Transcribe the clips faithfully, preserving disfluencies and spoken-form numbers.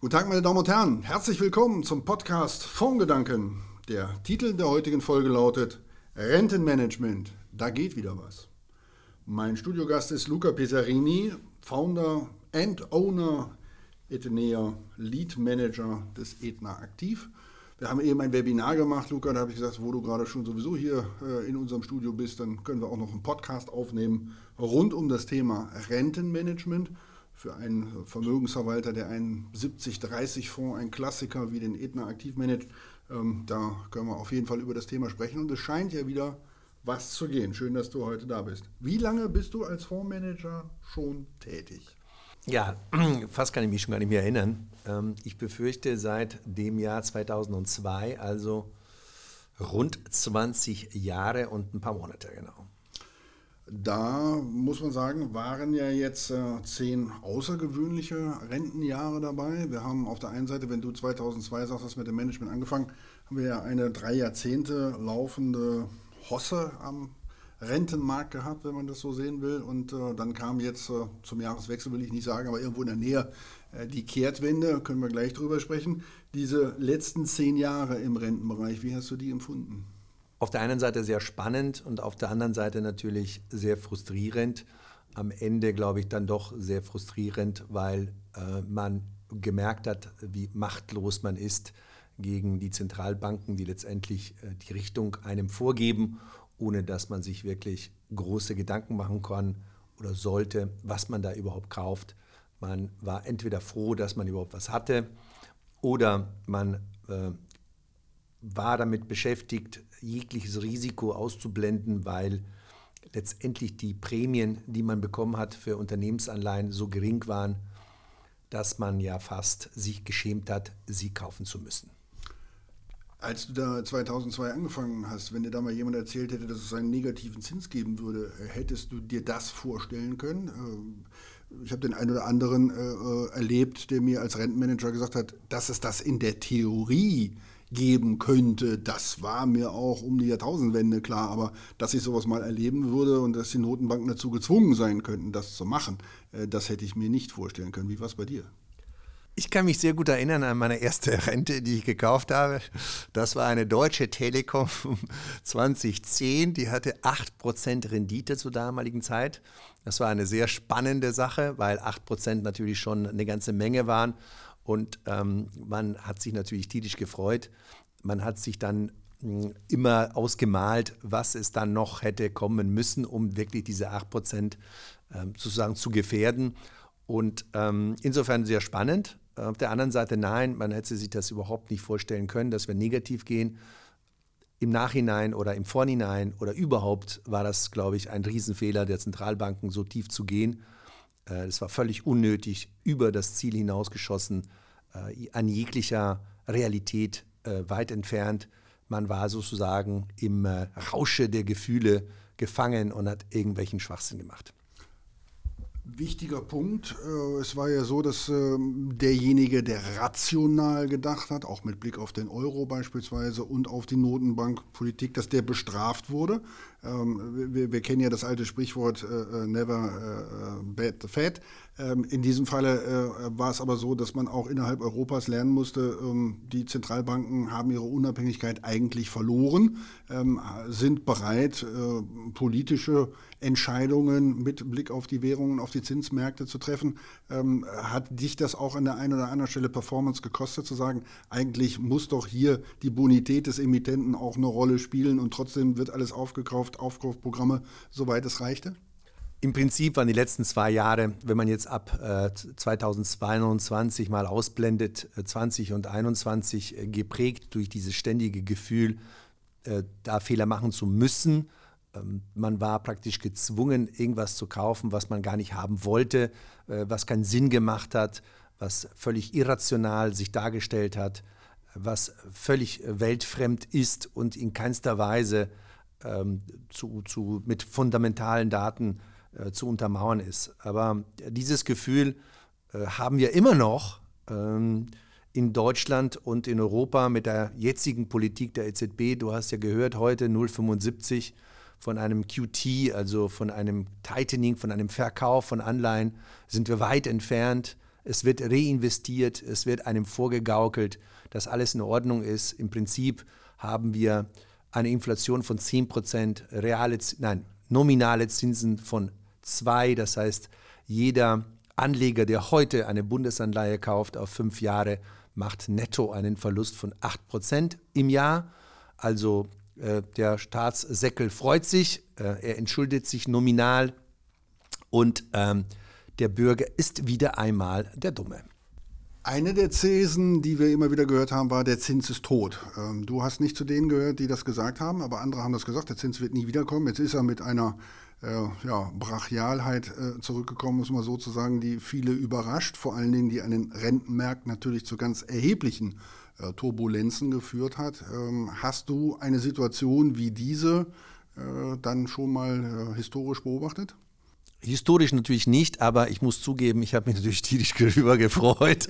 Guten Tag, meine Damen und Herren. Herzlich willkommen zum Podcast Fondsgedanken. Der Titel der heutigen Folge lautet Rentenmanagement. Da geht wieder was. Mein Studiogast ist Luca Pesarini, Founder and Owner Etenea, Lead Manager des Aethna Aktiv. Wir haben eben ein Webinar gemacht, Luca, da habe ich gesagt, wo du gerade schon sowieso hier äh, in unserem Studio bist, dann können wir auch noch einen Podcast aufnehmen rund um das Thema Rentenmanagement. Für einen Vermögensverwalter, der einen siebzig dreißig Fonds, ein Klassiker wie den Aethna Aktiv managt, ähm, da können wir auf jeden Fall über das Thema sprechen. Und es scheint ja wieder was zu gehen. Schön, dass du heute da bist. Wie lange bist du als Fondsmanager schon tätig? Ja, fast kann ich mich schon gar nicht mehr erinnern. Ähm, ich befürchte seit dem Jahr zweitausendzwei, also rund zwanzig Jahre und ein paar Monate, genau. Da muss man sagen, waren ja jetzt äh, zehn außergewöhnliche Rentenjahre dabei. Wir haben auf der einen Seite, wenn du zweitausendzwei sagst, hast mit dem Management angefangen, haben wir ja eine drei Jahrzehnte laufende Hosse am Rentenmarkt gehabt, wenn man das so sehen will. Und äh, dann kam jetzt äh, zum Jahreswechsel, will ich nicht sagen, aber irgendwo in der Nähe äh, die Kehrtwende, können wir gleich drüber sprechen. Diese letzten zehn Jahre im Rentenbereich, wie hast du die empfunden? Auf der einen Seite sehr spannend und auf der anderen Seite natürlich sehr frustrierend. Am Ende, glaube ich, dann doch sehr frustrierend, weil äh, man gemerkt hat, wie machtlos man ist gegen die Zentralbanken, die letztendlich äh, die Richtung einem vorgeben, ohne dass man sich wirklich große Gedanken machen kann oder sollte, was man da überhaupt kauft. Man war entweder froh, dass man überhaupt was hatte, oder man äh, war damit beschäftigt, jegliches Risiko auszublenden, weil letztendlich die Prämien, die man bekommen hat für Unternehmensanleihen, so gering waren, dass man ja fast sich geschämt hat, sie kaufen zu müssen. Als du da zweitausendzwei angefangen hast, wenn dir da mal jemand erzählt hätte, dass es einen negativen Zins geben würde, hättest du dir das vorstellen können? Ich habe den einen oder anderen äh, erlebt, der mir als Rentenmanager gesagt hat, dass es das in der Theorie geben könnte. Das war mir auch um die Jahrtausendwende klar, aber dass ich sowas mal erleben würde und dass die Notenbanken dazu gezwungen sein könnten, das zu machen, äh, das hätte ich mir nicht vorstellen können. Wie war es bei dir? Ich kann mich sehr gut erinnern an meine erste Rente, die ich gekauft habe. Das war eine Deutsche Telekom zweitausendzehn, die hatte acht Prozent Rendite zur damaligen Zeit. Das war eine sehr spannende Sache, weil acht Prozent natürlich schon eine ganze Menge waren. Und ähm, man hat sich natürlich tierisch gefreut. Man hat sich dann mh, immer ausgemalt, was es dann noch hätte kommen müssen, um wirklich diese acht Prozent ähm, sozusagen zu gefährden. Und ähm, insofern sehr spannend. Auf der anderen Seite nein, man hätte sich das überhaupt nicht vorstellen können, dass wir negativ gehen. Im Nachhinein oder im Vorhinein oder überhaupt war das, glaube ich, ein Riesenfehler der Zentralbanken, so tief zu gehen. Es war völlig unnötig, über das Ziel hinausgeschossen, an jeglicher Realität weit entfernt. Man war sozusagen im Rausche der Gefühle gefangen und hat irgendwelchen Schwachsinn gemacht. Wichtiger Punkt. Es war ja so, dass derjenige, der rational gedacht hat, auch mit Blick auf den Euro beispielsweise und auf die Notenbankpolitik, dass der bestraft wurde. Wir, wir kennen ja das alte Sprichwort never bet the Fed. In diesem Falle war es aber so, dass man auch innerhalb Europas lernen musste, die Zentralbanken haben ihre Unabhängigkeit eigentlich verloren, sind bereit, politische Entscheidungen mit Blick auf die Währungen, auf die Zinsmärkte zu treffen. Ähm, hat dich das auch an der einen oder anderen Stelle Performance gekostet, zu sagen, eigentlich muss doch hier die Bonität des Emittenten auch eine Rolle spielen und trotzdem wird alles aufgekauft, Aufkaufprogramme, soweit es reichte? Im Prinzip waren die letzten zwei Jahre, wenn man jetzt ab äh, zweitausendzweiundzwanzig mal ausblendet, äh, zwanzig und einundzwanzig äh, geprägt durch dieses ständige Gefühl, äh, da Fehler machen zu müssen. Man war praktisch gezwungen, irgendwas zu kaufen, was man gar nicht haben wollte, was keinen Sinn gemacht hat, was völlig irrational sich dargestellt hat, was völlig weltfremd ist und in keinster Weise ähm, zu, zu, mit fundamentalen Daten äh, zu untermauern ist. Aber dieses Gefühl äh, haben wir immer noch ähm, in Deutschland und in Europa mit der jetzigen Politik der E Z B. Du hast ja gehört, heute null Komma fünfundsiebzig von einem Q T, also von einem Tightening, von einem Verkauf von Anleihen, sind wir weit entfernt. es wird reinvestiert, es wird einem vorgegaukelt, dass alles in Ordnung ist. Im Prinzip haben wir eine Inflation von zehn Prozent, reale, nein, nominale Zinsen von zwei. Das heißt, jeder Anleger, der heute eine Bundesanleihe kauft auf fünf Jahre, macht netto einen Verlust von acht Prozent im Jahr. Also äh, der Staatssäckel freut sich, äh, er entschuldet sich nominal und ähm, der Bürger ist wieder einmal der Dumme. Eine der Thesen, die wir immer wieder gehört haben, war, der Zins ist tot. Ähm, du hast nicht zu denen gehört, die das gesagt haben, aber andere haben das gesagt, der Zins wird nie wiederkommen. Jetzt ist er mit einer äh, ja, Brachialheit äh, zurückgekommen, muss man sozusagen, die viele überrascht, vor allen Dingen, die an den Rentenmärkten natürlich zu ganz erheblichen äh, Turbulenzen geführt hat. Ähm, hast du eine Situation wie diese äh, dann schon mal äh, historisch beobachtet? Historisch natürlich nicht, aber ich muss zugeben, ich habe mich natürlich tierisch darüber gefreut.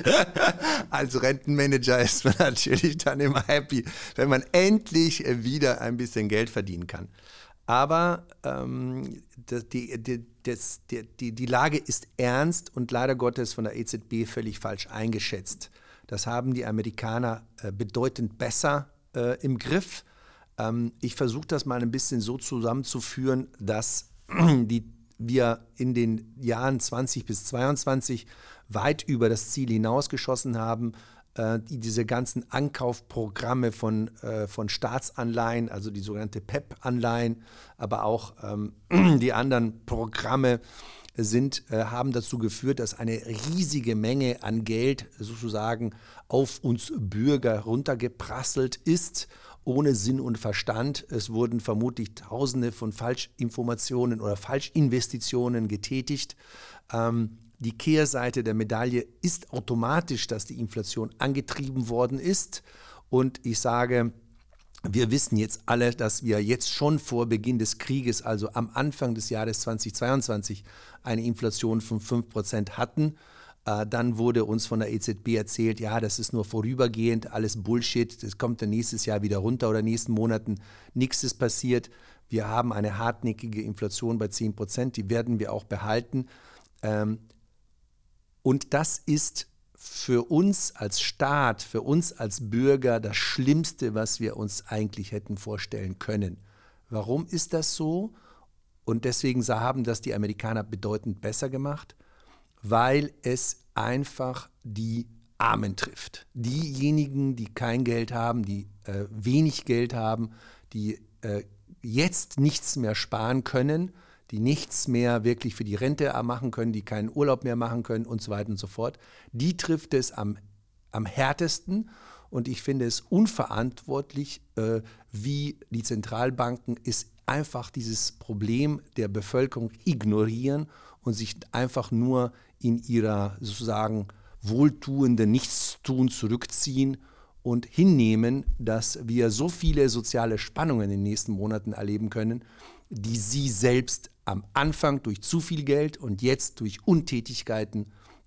Als Rentenmanager ist man natürlich dann immer happy, wenn man endlich wieder ein bisschen Geld verdienen kann. Aber ähm, die, die, das, die, die, die Lage ist ernst und leider Gottes von der E Z B völlig falsch eingeschätzt. Das haben die Amerikaner äh, bedeutend besser äh, im Griff. Ähm, ich versuche das mal ein bisschen so zusammenzuführen, dass die wir in den Jahren zwanzig bis zweiundzwanzig weit über das Ziel hinausgeschossen haben, äh, die, diese ganzen Ankaufprogramme von, äh, von Staatsanleihen, also die sogenannte P E P-Anleihen, aber auch ähm, die anderen Programme sind, äh, haben dazu geführt, dass eine riesige Menge an Geld sozusagen auf uns Bürger runtergeprasselt ist, ohne Sinn und Verstand. Es wurden vermutlich Tausende von Falschinformationen oder Falschinvestitionen getätigt. Ähm, die Kehrseite der Medaille ist automatisch, dass die Inflation angetrieben worden ist. Und ich sage, wir wissen jetzt alle, dass wir jetzt schon vor Beginn des Krieges, also am Anfang des Jahres zweitausendzweiundzwanzig, eine Inflation von fünf Prozent hatten. Äh, dann wurde uns von der E Z B erzählt, ja, das ist nur vorübergehend, alles Bullshit, das kommt dann nächstes Jahr wieder runter oder in den nächsten Monaten. Nichts ist passiert. Wir haben eine hartnäckige Inflation bei zehn Prozent, die werden wir auch behalten. Ähm, und das ist für uns als Staat, für uns als Bürger das Schlimmste, was wir uns eigentlich hätten vorstellen können. Warum ist das so? Und deswegen haben das die Amerikaner bedeutend besser gemacht, weil es einfach die Armen trifft. Diejenigen, die kein Geld haben, die äh, wenig Geld haben, die äh, jetzt nichts mehr sparen können, die nichts mehr wirklich für die Rente machen können, die keinen Urlaub mehr machen können und so weiter und so fort. Die trifft es am, am härtesten und ich finde es unverantwortlich, äh, wie die Zentralbanken es einfach dieses Problem der Bevölkerung ignorieren und sich einfach nur in ihrer sozusagen wohltuenden Nichtstun zurückziehen und hinnehmen, dass wir so viele soziale Spannungen in den nächsten Monaten erleben können, die sie selbst am Anfang durch zu viel Geld und jetzt durch Untätigkeiten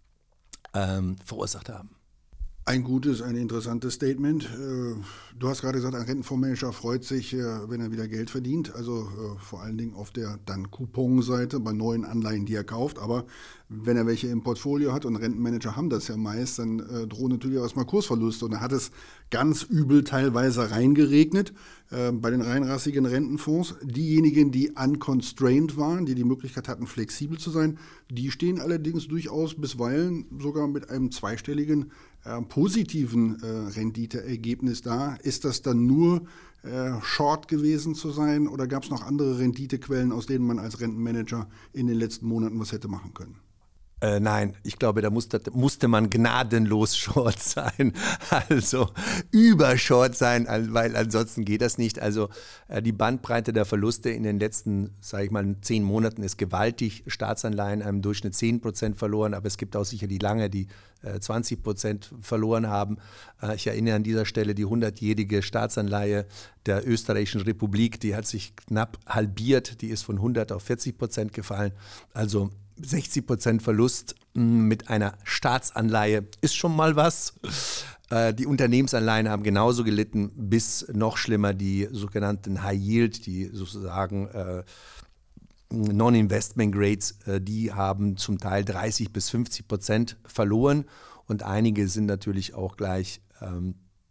ähm, verursacht haben. Ein gutes, ein interessantes Statement. Du hast gerade gesagt, ein Rentenfondsmanager freut sich, wenn er wieder Geld verdient, also vor allen Dingen auf der dann Couponseite bei neuen Anleihen, die er kauft. Aber wenn er welche im Portfolio hat, und Rentenmanager haben das ja meist, dann drohen natürlich erstmal Kursverluste. Und da hat es ganz übel teilweise reingeregnet bei den reinrassigen Rentenfonds. Diejenigen, die unconstrained waren, die die Möglichkeit hatten, flexibel zu sein, die stehen allerdings durchaus bisweilen sogar mit einem zweistelligen Äh, positiven äh, Renditeergebnis da. Ist das dann nur äh, Short gewesen zu sein oder gab es noch andere Renditequellen, aus denen man als Rentenmanager in den letzten Monaten was hätte machen können? Äh, nein, ich glaube, da musste, musste man gnadenlos Short sein, also übershort sein, weil ansonsten geht das nicht. Also äh, die Bandbreite der Verluste in den letzten, sage ich mal, zehn Monaten ist gewaltig. Staatsanleihen haben im Durchschnitt zehn Prozent verloren, aber es gibt auch sicher die lange, die äh, zwanzig Prozent verloren haben. Äh, ich erinnere an dieser Stelle die hundertjährige Staatsanleihe der Österreichischen Republik, die hat sich knapp halbiert, die ist von hundert auf vierzig Prozent gefallen. Also sechzig Prozent Verlust mit einer Staatsanleihe ist schon mal was. Äh, die Unternehmensanleihen haben genauso gelitten, bis noch schlimmer die sogenannten High Yield, die sozusagen äh, Non-Investment Grades, äh, die haben zum Teil dreißig bis fünfzig Prozent verloren und einige sind natürlich auch gleich ähm,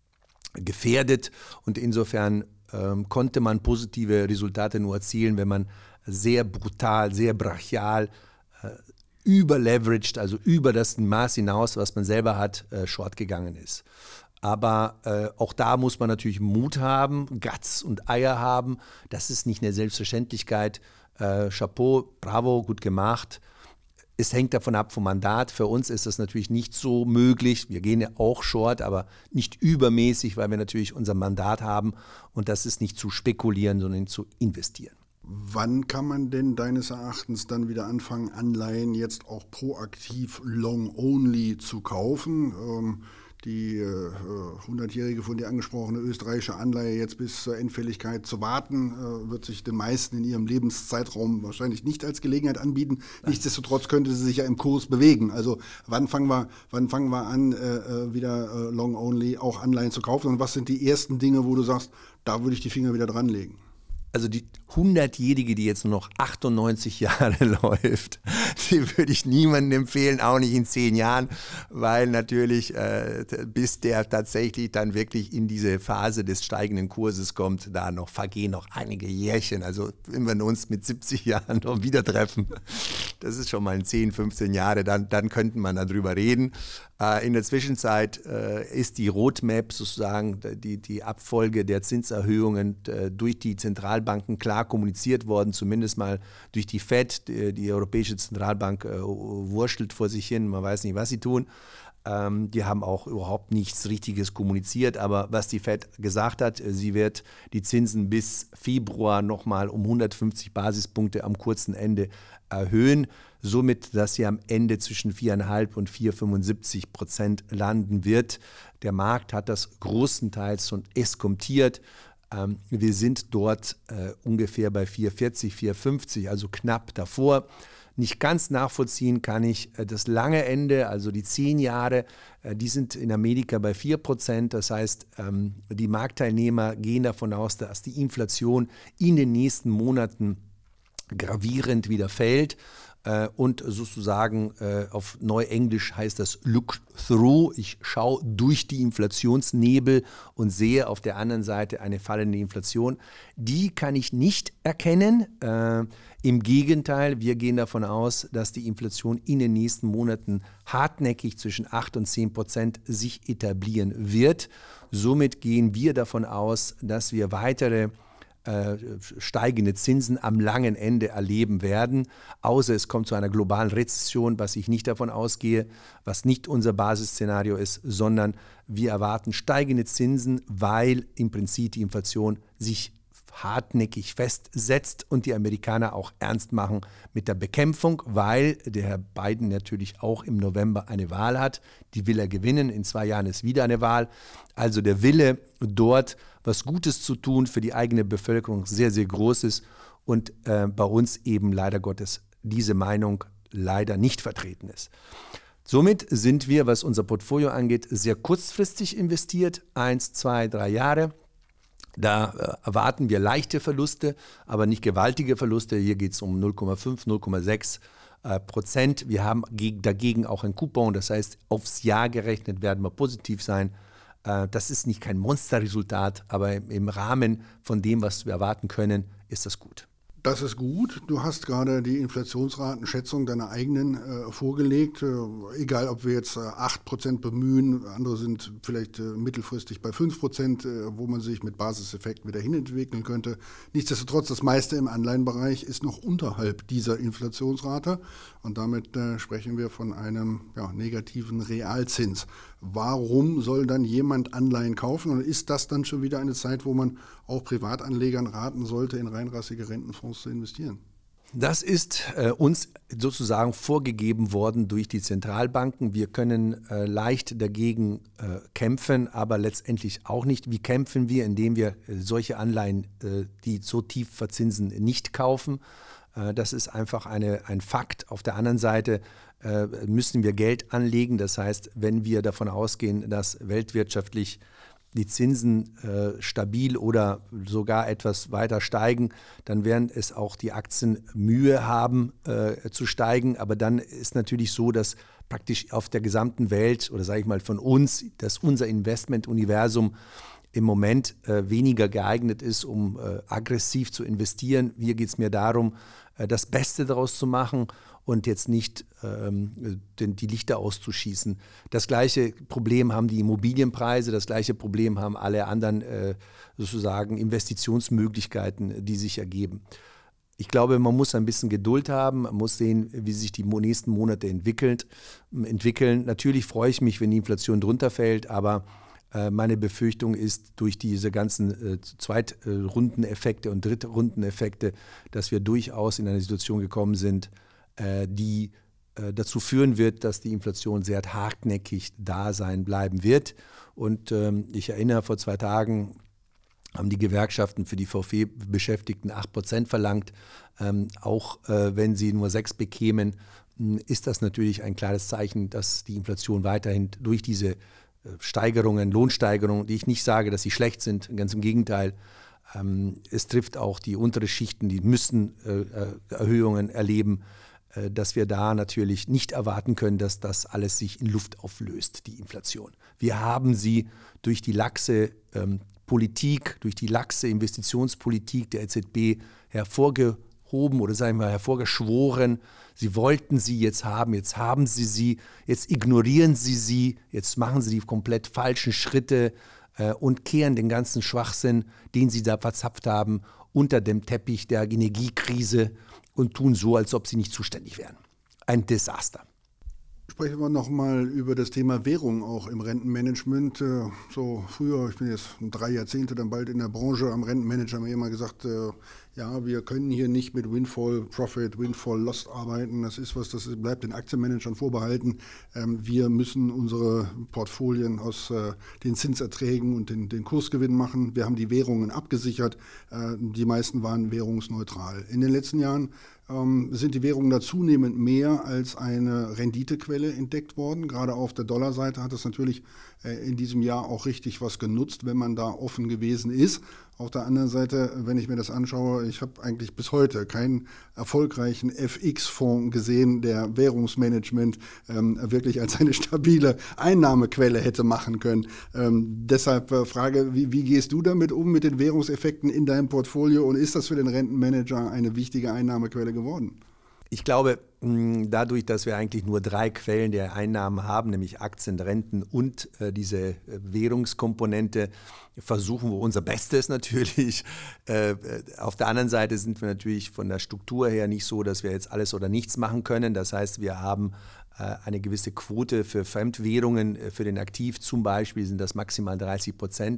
gefährdet und insofern ähm, konnte man positive Resultate nur erzielen, wenn man sehr brutal, sehr brachial, äh, überleveraged, also über das Maß hinaus, was man selber hat, äh, short gegangen ist. Aber äh, auch da muss man natürlich Mut haben, Guts und Eier haben. Das ist nicht eine Selbstverständlichkeit. Äh, Chapeau, bravo, gut gemacht. Es hängt davon ab vom Mandat. Für uns ist das natürlich nicht so möglich. Wir gehen ja auch short, aber nicht übermäßig, weil wir natürlich unser Mandat haben. Und das ist nicht zu spekulieren, sondern zu investieren. Wann kann man denn deines Erachtens dann wieder anfangen, Anleihen jetzt auch proaktiv long-only zu kaufen? Ähm, die äh, hundertjährige von dir angesprochene österreichische Anleihe jetzt bis zur Endfälligkeit zu warten, äh, wird sich den meisten in ihrem Lebenszeitraum wahrscheinlich nicht als Gelegenheit anbieten. Nein. Nichtsdestotrotz könnte sie sich ja im Kurs bewegen. Also wann fangen wir, wann fangen wir an, äh, wieder äh, long-only auch Anleihen zu kaufen? Und was sind die ersten Dinge, wo du sagst, da würde ich die Finger wieder dran legen? Also die hundertjährige, die jetzt nur noch achtundneunzig Jahre läuft, die würde ich niemandem empfehlen, auch nicht in zehn Jahren, weil natürlich äh, bis der tatsächlich dann wirklich in diese Phase des steigenden Kurses kommt, da noch vergehen noch einige Jährchen. Also wenn wir uns mit siebzig Jahren noch wieder treffen, das ist schon mal in zehn, fünfzehn Jahre, dann, dann könnten man darüber reden. Äh, in der Zwischenzeit äh, ist die Roadmap sozusagen, die, die Abfolge der Zinserhöhungen äh, durch die Zentralbanken klar kommuniziert worden, zumindest mal durch die Fed, die, die Europäische Zentralbank äh, wurschtelt vor sich hin, man weiß nicht, was sie tun. Ähm, die haben auch überhaupt nichts Richtiges kommuniziert, aber was die Fed gesagt hat, sie wird die Zinsen bis Februar nochmal um hundertfünfzig Basispunkte am kurzen Ende erhöhen, somit, dass sie am Ende zwischen vier Komma fünf und vier Komma fünfundsiebzig Prozent landen wird. Der Markt hat das großenteils schon eskontiert. Ähm, wir sind dort äh, ungefähr bei vier Komma vierzig, vier Komma fünfzig, also knapp davor. Nicht ganz nachvollziehen kann ich äh, das lange Ende, also die zehn Jahre, äh, die sind in Amerika bei vier Prozent. Das heißt, ähm, die Marktteilnehmer gehen davon aus, dass die Inflation in den nächsten Monaten gravierend wieder fällt. Und sozusagen äh, auf Neuenglisch heißt das Look Through. Ich schaue durch die Inflationsnebel und sehe auf der anderen Seite eine fallende Inflation. Die kann ich nicht erkennen. Äh, Im Gegenteil, wir gehen davon aus, dass die Inflation in den nächsten Monaten hartnäckig zwischen acht und zehn Prozent sich etablieren wird. Somit gehen wir davon aus, dass wir weitere Äh, steigende Zinsen am langen Ende erleben werden, außer es kommt zu einer globalen Rezession, was ich nicht davon ausgehe, was nicht unser Basisszenario ist, sondern wir erwarten steigende Zinsen, weil im Prinzip die Inflation sich hartnäckig festsetzt und die Amerikaner auch ernst machen mit der Bekämpfung, weil der Herr Biden natürlich auch im November eine Wahl hat. Die will er gewinnen. In zwei Jahren ist wieder eine Wahl. Also der Wille, dort was Gutes zu tun für die eigene Bevölkerung, sehr, sehr groß ist und äh, bei uns eben leider Gottes diese Meinung leider nicht vertreten ist. Somit sind wir, was unser Portfolio angeht, sehr kurzfristig investiert, eins, zwei, drei Jahre. Da äh, erwarten wir leichte Verluste, aber nicht gewaltige Verluste. Hier geht es um null Komma fünf, null Komma sechs äh, Prozent. Wir haben geg- dagegen auch ein Coupon, das heißt, aufs Jahr gerechnet werden wir positiv sein. Äh, das ist nicht kein Monsterresultat, aber im, im Rahmen von dem, was wir erwarten können, ist das gut. Das ist gut. Du hast gerade die Inflationsratenschätzung deiner eigenen äh, vorgelegt. Äh, egal, ob wir jetzt äh, acht Prozent bemühen, andere sind vielleicht äh, mittelfristig bei fünf Prozent, äh, wo man sich mit Basiseffekten wieder hinentwickeln könnte. Nichtsdestotrotz, das meiste im Anleihenbereich ist noch unterhalb dieser Inflationsrate. Und damit äh, sprechen wir von einem ja, negativen Realzins. Warum soll dann jemand Anleihen kaufen? Und ist das dann schon wieder eine Zeit, wo man auch Privatanlegern raten sollte, in reinrassige Rentenfonds zu investieren? Das ist äh, uns sozusagen vorgegeben worden durch die Zentralbanken. Wir können äh, leicht dagegen äh, kämpfen, aber letztendlich auch nicht. Wie kämpfen wir? Indem wir äh, solche Anleihen, äh, die so tief verzinsen, nicht kaufen. Äh, das ist einfach eine, ein Fakt. Auf der anderen Seite äh, müssen wir Geld anlegen. Das heißt, wenn wir davon ausgehen, dass weltwirtschaftlich die Zinsen äh, stabil oder sogar etwas weiter steigen, dann werden es auch die Aktien Mühe haben äh, zu steigen. Aber dann ist natürlich so, dass praktisch auf der gesamten Welt oder sage ich mal von uns, dass unser Investmentuniversum im Moment äh, weniger geeignet ist, um äh, aggressiv zu investieren. Hier geht es mir darum, äh, das Beste daraus zu machen und jetzt nicht ähm, den, die Lichter auszuschießen. Das gleiche Problem haben die Immobilienpreise, das gleiche Problem haben alle anderen äh, sozusagen Investitionsmöglichkeiten, die sich ergeben. Ich glaube, man muss ein bisschen Geduld haben, man muss sehen, wie sich die nächsten Monate entwickelt, entwickeln. Natürlich freue ich mich, wenn die Inflation drunter fällt, aber meine Befürchtung ist, durch diese ganzen äh, Zweitrundeneffekte und Drittrundeneffekte, dass wir durchaus in eine Situation gekommen sind, äh, die äh, dazu führen wird, dass die Inflation sehr hartnäckig da sein bleiben wird. Und ähm, ich erinnere, vor zwei Tagen haben die Gewerkschaften für die VW-Beschäftigten acht Prozent verlangt. Ähm, auch äh, wenn sie nur sechs bekämen, ist das natürlich ein klares Zeichen, dass die Inflation weiterhin durch diese Steigerungen, Lohnsteigerungen, die ich nicht sage, dass sie schlecht sind, ganz im Gegenteil. Ähm, es trifft auch die untere Schichten, die müssen äh, Erhöhungen erleben, äh, dass wir da natürlich nicht erwarten können, dass das alles sich in Luft auflöst, die Inflation. Wir haben sie durch die laxe ähm, Politik, durch die laxe Investitionspolitik der E Z B hervorgehoben oder sagen wir hervorgeschworen. Sie wollten sie jetzt haben, jetzt haben sie sie, jetzt ignorieren sie sie, jetzt machen sie die komplett falschen Schritte äh, und kehren den ganzen Schwachsinn, den sie da verzapft haben, unter dem Teppich der Energiekrise und tun so, als ob sie nicht zuständig wären. Ein Desaster. Sprechen wir nochmal über das Thema Währung auch im Rentenmanagement. So früher, ich bin jetzt drei Jahrzehnte dann bald in der Branche, am Rentenmanager haben wir immer gesagt, ja, wir können hier nicht mit Windfall Profit, Windfall Loss arbeiten. Das ist was, das bleibt den Aktienmanagern vorbehalten. Wir müssen unsere Portfolien aus den Zinserträgen und den, den Kursgewinn machen. Wir haben die Währungen abgesichert. Die meisten waren währungsneutral. In den letzten Jahren sind die Währungen da zunehmend mehr als eine Renditequelle entdeckt worden. Gerade auf der Dollarseite hat es natürlich in diesem Jahr auch richtig was genutzt, wenn man da offen gewesen ist. Auf der anderen Seite, wenn ich mir das anschaue, ich habe eigentlich bis heute keinen erfolgreichen F X-Fonds gesehen, der Währungsmanagement ähm, wirklich als eine stabile Einnahmequelle hätte machen können. Ähm, deshalb äh, Frage, wie, wie gehst du damit um mit den Währungseffekten in deinem Portfolio und ist das für den Rentenmanager eine wichtige Einnahmequelle geworden? Ich glaube, dadurch, dass wir eigentlich nur drei Quellen der Einnahmen haben, nämlich Aktien, Renten und äh, diese Währungskomponente, versuchen wir unser Bestes natürlich. Äh, auf der anderen Seite sind wir natürlich von der Struktur her nicht so, dass wir jetzt alles oder nichts machen können. Das heißt, wir haben äh, eine gewisse Quote für Fremdwährungen. Für den Aktiv zum Beispiel sind das maximal dreißig Prozent.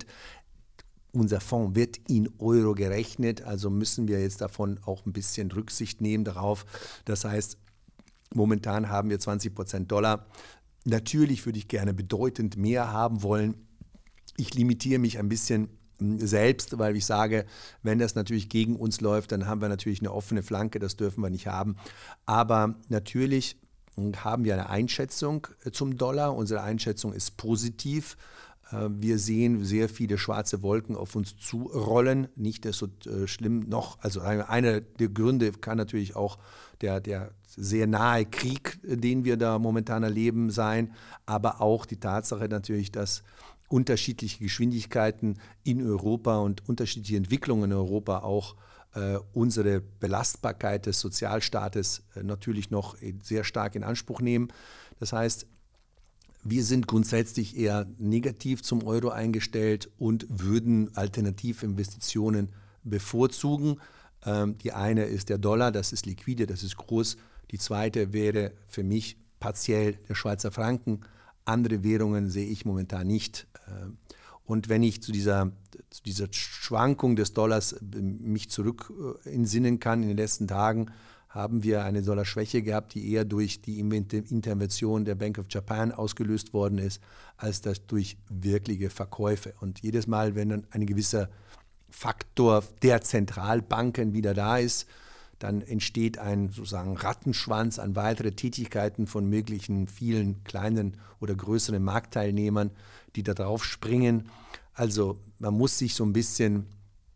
Unser Fonds wird in Euro gerechnet, also müssen wir jetzt davon auch ein bisschen Rücksicht nehmen darauf. Das heißt, momentan haben wir zwanzig Prozent Dollar. Natürlich würde ich gerne bedeutend mehr haben wollen. Ich limitiere mich ein bisschen selbst, weil ich sage, wenn das natürlich gegen uns läuft, dann haben wir natürlich eine offene Flanke, das dürfen wir nicht haben. Aber natürlich haben wir eine Einschätzung zum Dollar. Unsere Einschätzung ist positiv. Wir sehen sehr viele schwarze Wolken auf uns zurollen. Nicht desto schlimm noch, also einer der Gründe kann natürlich auch der, der sehr nahe Krieg, den wir da momentan erleben, sein, aber auch die Tatsache natürlich, dass unterschiedliche Geschwindigkeiten in Europa und unterschiedliche Entwicklungen in Europa auch äh, unsere Belastbarkeit des Sozialstaates äh, natürlich noch sehr stark in Anspruch nehmen. Das heißt, wir sind grundsätzlich eher negativ zum Euro eingestellt und würden Alternativinvestitionen bevorzugen. Ähm, die eine ist der Dollar, das ist liquide, das ist groß. Die zweite wäre für mich partiell der Schweizer Franken. Andere Währungen sehe ich momentan nicht. Und wenn ich zu dieser, zu dieser Schwankung des Dollars mich zurück entsinnen kann, in den letzten Tagen haben wir eine Dollarschwäche gehabt, die eher durch die Intervention der Bank of Japan ausgelöst worden ist, als das durch wirkliche Verkäufe. Und jedes Mal, wenn dann ein gewisser Faktor der Zentralbanken wieder da ist, dann entsteht ein sozusagen Rattenschwanz an weitere Tätigkeiten von möglichen vielen kleinen oder größeren Marktteilnehmern, die da drauf springen. Also man muss sich so ein bisschen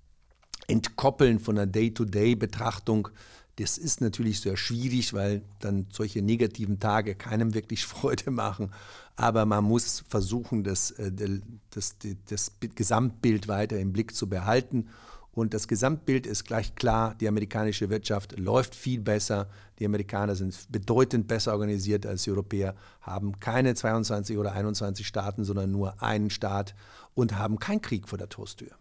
entkoppeln von der Day-to-Day-Betrachtung. Das ist natürlich sehr schwierig, weil dann solche negativen Tage keinem wirklich Freude machen. Aber man muss versuchen, das, das, das, das Gesamtbild weiter im Blick zu behalten. Und das Gesamtbild ist gleich klar, die amerikanische Wirtschaft läuft viel besser. Die Amerikaner sind bedeutend besser organisiert als die Europäer, haben keine zweiundzwanzig oder einundzwanzig Staaten, sondern nur einen Staat und haben keinen Krieg vor der Torstür.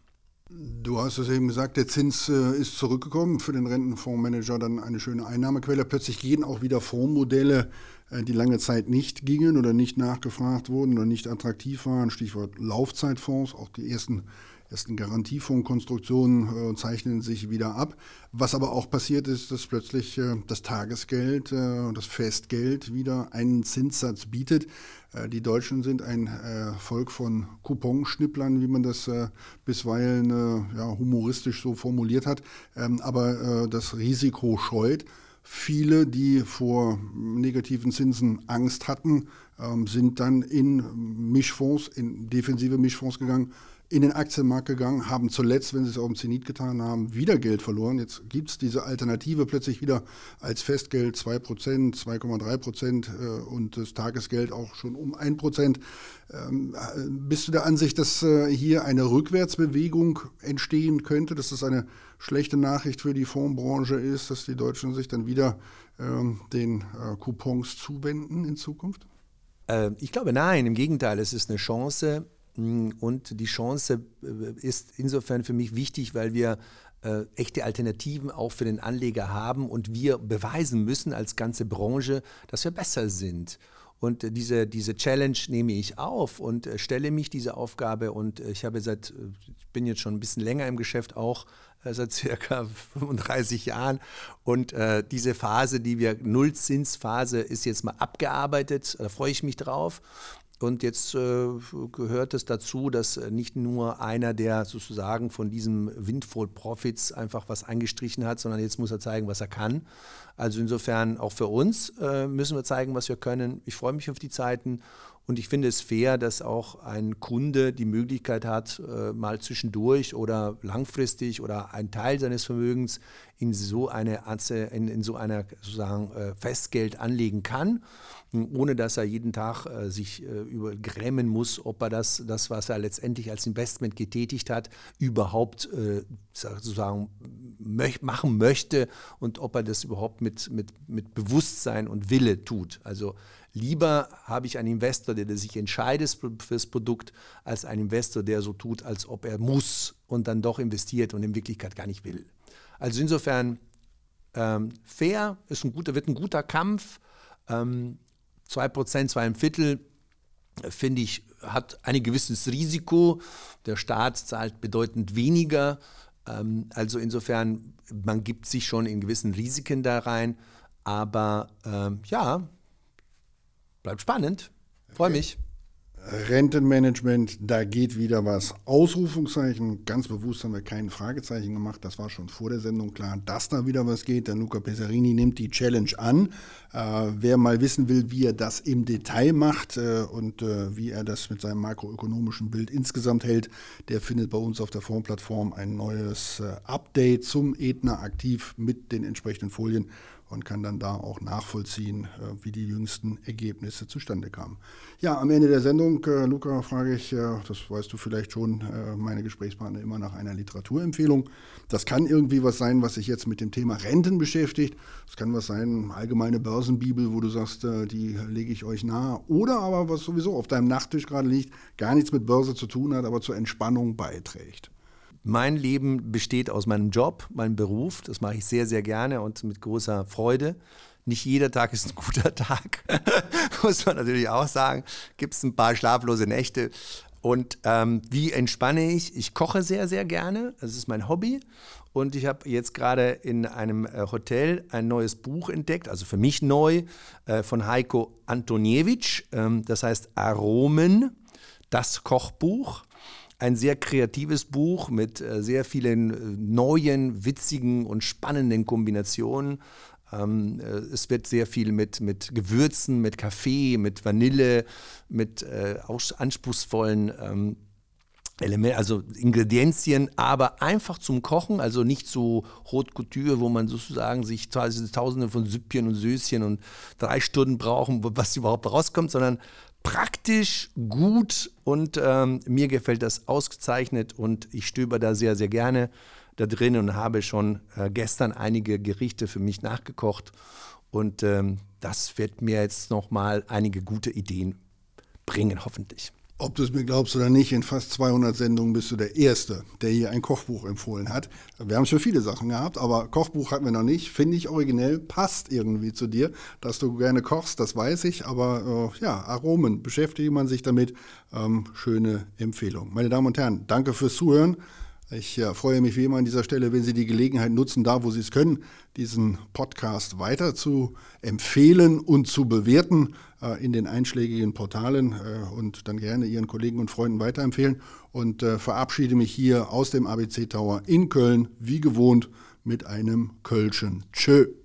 Du hast es eben gesagt, der Zins äh, ist zurückgekommen, für den Rentenfondsmanager dann eine schöne Einnahmequelle. Plötzlich gehen auch wieder Fondsmodelle, äh, die lange Zeit nicht gingen oder nicht nachgefragt wurden oder nicht attraktiv waren. Stichwort Laufzeitfonds, auch die ersten ersten Garantiefondskonstruktionen äh, zeichnen sich wieder ab. Was aber auch passiert ist, dass plötzlich äh, das Tagesgeld und äh, das Festgeld wieder einen Zinssatz bietet. Äh, die Deutschen sind ein äh, Volk von Couponschnipplern, wie man das äh, bisweilen äh, ja, humoristisch so formuliert hat, ähm, aber äh, das Risiko scheut. Viele, die vor negativen Zinsen Angst hatten, ähm, sind dann in Mischfonds, in defensive Mischfonds gegangen, in den Aktienmarkt gegangen, haben zuletzt, wenn sie es auf dem Zenit getan haben, wieder Geld verloren. Jetzt gibt es diese Alternative plötzlich wieder als Festgeld zwei Prozent, zwei Komma drei Prozent äh, und das Tagesgeld auch schon um ein Prozent. Ähm, bist du der Ansicht, dass äh, hier eine Rückwärtsbewegung entstehen könnte, dass das eine schlechte Nachricht für die Fondsbranche ist, dass die Deutschen sich dann wieder ähm, den äh, Coupons zuwenden in Zukunft? Äh, ich glaube nein, im Gegenteil, es ist eine Chance. Und die Chance ist insofern für mich wichtig, weil wir äh, echte Alternativen auch für den Anleger haben und wir beweisen müssen als ganze Branche, dass wir besser sind. Und äh, diese, diese Challenge nehme ich auf und äh, stelle mich diese Aufgabe. Und äh, ich habe seit, ich bin jetzt schon ein bisschen länger im Geschäft, auch äh, seit circa fünfunddreißig Jahren. Und äh, diese Phase, die wir Nullzinsphase, ist jetzt mal abgearbeitet. Da freue ich mich drauf. Und jetzt äh, gehört es dazu, dass nicht nur einer, der sozusagen von diesem Windfall Profits einfach was eingestrichen hat, sondern jetzt muss er zeigen, was er kann. Also insofern auch für uns äh, müssen wir zeigen, was wir können. Ich freue mich auf die Zeiten und ich finde es fair, dass auch ein Kunde die Möglichkeit hat, äh, mal zwischendurch oder langfristig oder einen Teil seines Vermögens in so eine in, in so einer sozusagen äh, Festgeld anlegen kann, ohne dass er jeden Tag äh, sich äh, übergrämen muss, ob er das, das, was er letztendlich als Investment getätigt hat, überhaupt äh, sozusagen möch, machen möchte und ob er das überhaupt mit, mit, mit Bewusstsein und Wille tut. Also lieber habe ich einen Investor, der sich entscheidet fürs Produkt, als einen Investor, der so tut, als ob er muss und dann doch investiert und in Wirklichkeit gar nicht will. Also insofern ähm, fair, ist ein guter, wird ein guter Kampf. Ähm, zwei Prozent, zwei ein Viertel, finde ich, hat ein gewisses Risiko. Der Staat zahlt bedeutend weniger. Ähm, also insofern, man gibt sich schon in gewissen Risiken da rein. Aber ähm, ja, bleibt spannend. Freue mich. Rentenmanagement, da geht wieder was. Ausrufungszeichen, ganz bewusst haben wir kein Fragezeichen gemacht, das war schon vor der Sendung klar, dass da wieder was geht. Der Luca Pesarini nimmt die Challenge an. Äh, wer mal wissen will, wie er das im Detail macht äh, und äh, wie er das mit seinem makroökonomischen Bild insgesamt hält, der findet bei uns auf der Fondsplattform ein neues äh, Update zum Aethna aktiv mit den entsprechenden Folien und kann dann da auch nachvollziehen, wie die jüngsten Ergebnisse zustande kamen. Ja, am Ende der Sendung, äh, Luca, frage ich, äh, das weißt du vielleicht schon, äh, meine Gesprächspartner immer nach einer Literaturempfehlung. Das kann irgendwie was sein, was sich jetzt mit dem Thema Renten beschäftigt. Das kann was sein, allgemeine Börsenbibel, wo du sagst, äh, die lege ich euch nahe. Oder aber was sowieso auf deinem Nachttisch gerade liegt, gar nichts mit Börse zu tun hat, aber zur Entspannung beiträgt. Mein Leben besteht aus meinem Job, meinem Beruf. Das mache ich sehr, sehr gerne und mit großer Freude. Nicht jeder Tag ist ein guter Tag, muss man natürlich auch sagen. Gibt es ein paar schlaflose Nächte. Und ähm, wie entspanne ich? Ich koche sehr, sehr gerne. Das ist mein Hobby. Und ich habe jetzt gerade in einem äh, Hotel ein neues Buch entdeckt, also für mich neu, äh, von Heiko Antoniewicz. Ähm, das heißt Aromen, das Kochbuch. Ein sehr kreatives Buch mit äh, sehr vielen äh, neuen, witzigen und spannenden Kombinationen. Ähm, äh, es wird sehr viel mit, mit Gewürzen, mit Kaffee, mit Vanille, mit äh, anspruchsvollen ähm, Element, also Ingredienzien, aber einfach zum Kochen, also nicht so Haute Couture, wo man sozusagen sich tausende von Süppchen und Söschen und drei Stunden brauchen, was überhaupt rauskommt, sondern praktisch, gut und ähm, mir gefällt das ausgezeichnet und ich stöber da sehr, sehr gerne da drin und habe schon äh, gestern einige Gerichte für mich nachgekocht und ähm, das wird mir jetzt nochmal einige gute Ideen bringen, hoffentlich. Ob du es mir glaubst oder nicht, in fast zweihundert Sendungen bist du der Erste, der hier ein Kochbuch empfohlen hat. Wir haben schon viele Sachen gehabt, aber Kochbuch hatten wir noch nicht. Finde ich originell, passt irgendwie zu dir, dass du gerne kochst, das weiß ich. Aber äh, ja, Aromen, beschäftigt man sich damit. Ähm, schöne Empfehlung. Meine Damen und Herren, danke fürs Zuhören. Ich ja, freue mich wie immer an dieser Stelle, wenn Sie die Gelegenheit nutzen, da wo Sie es können, diesen Podcast weiter zu empfehlen und zu bewerten äh, in den einschlägigen Portalen äh, und dann gerne Ihren Kollegen und Freunden weiterempfehlen und äh, verabschiede mich hier aus dem A B C Tower in Köln, wie gewohnt, mit einem Kölschen Tschö.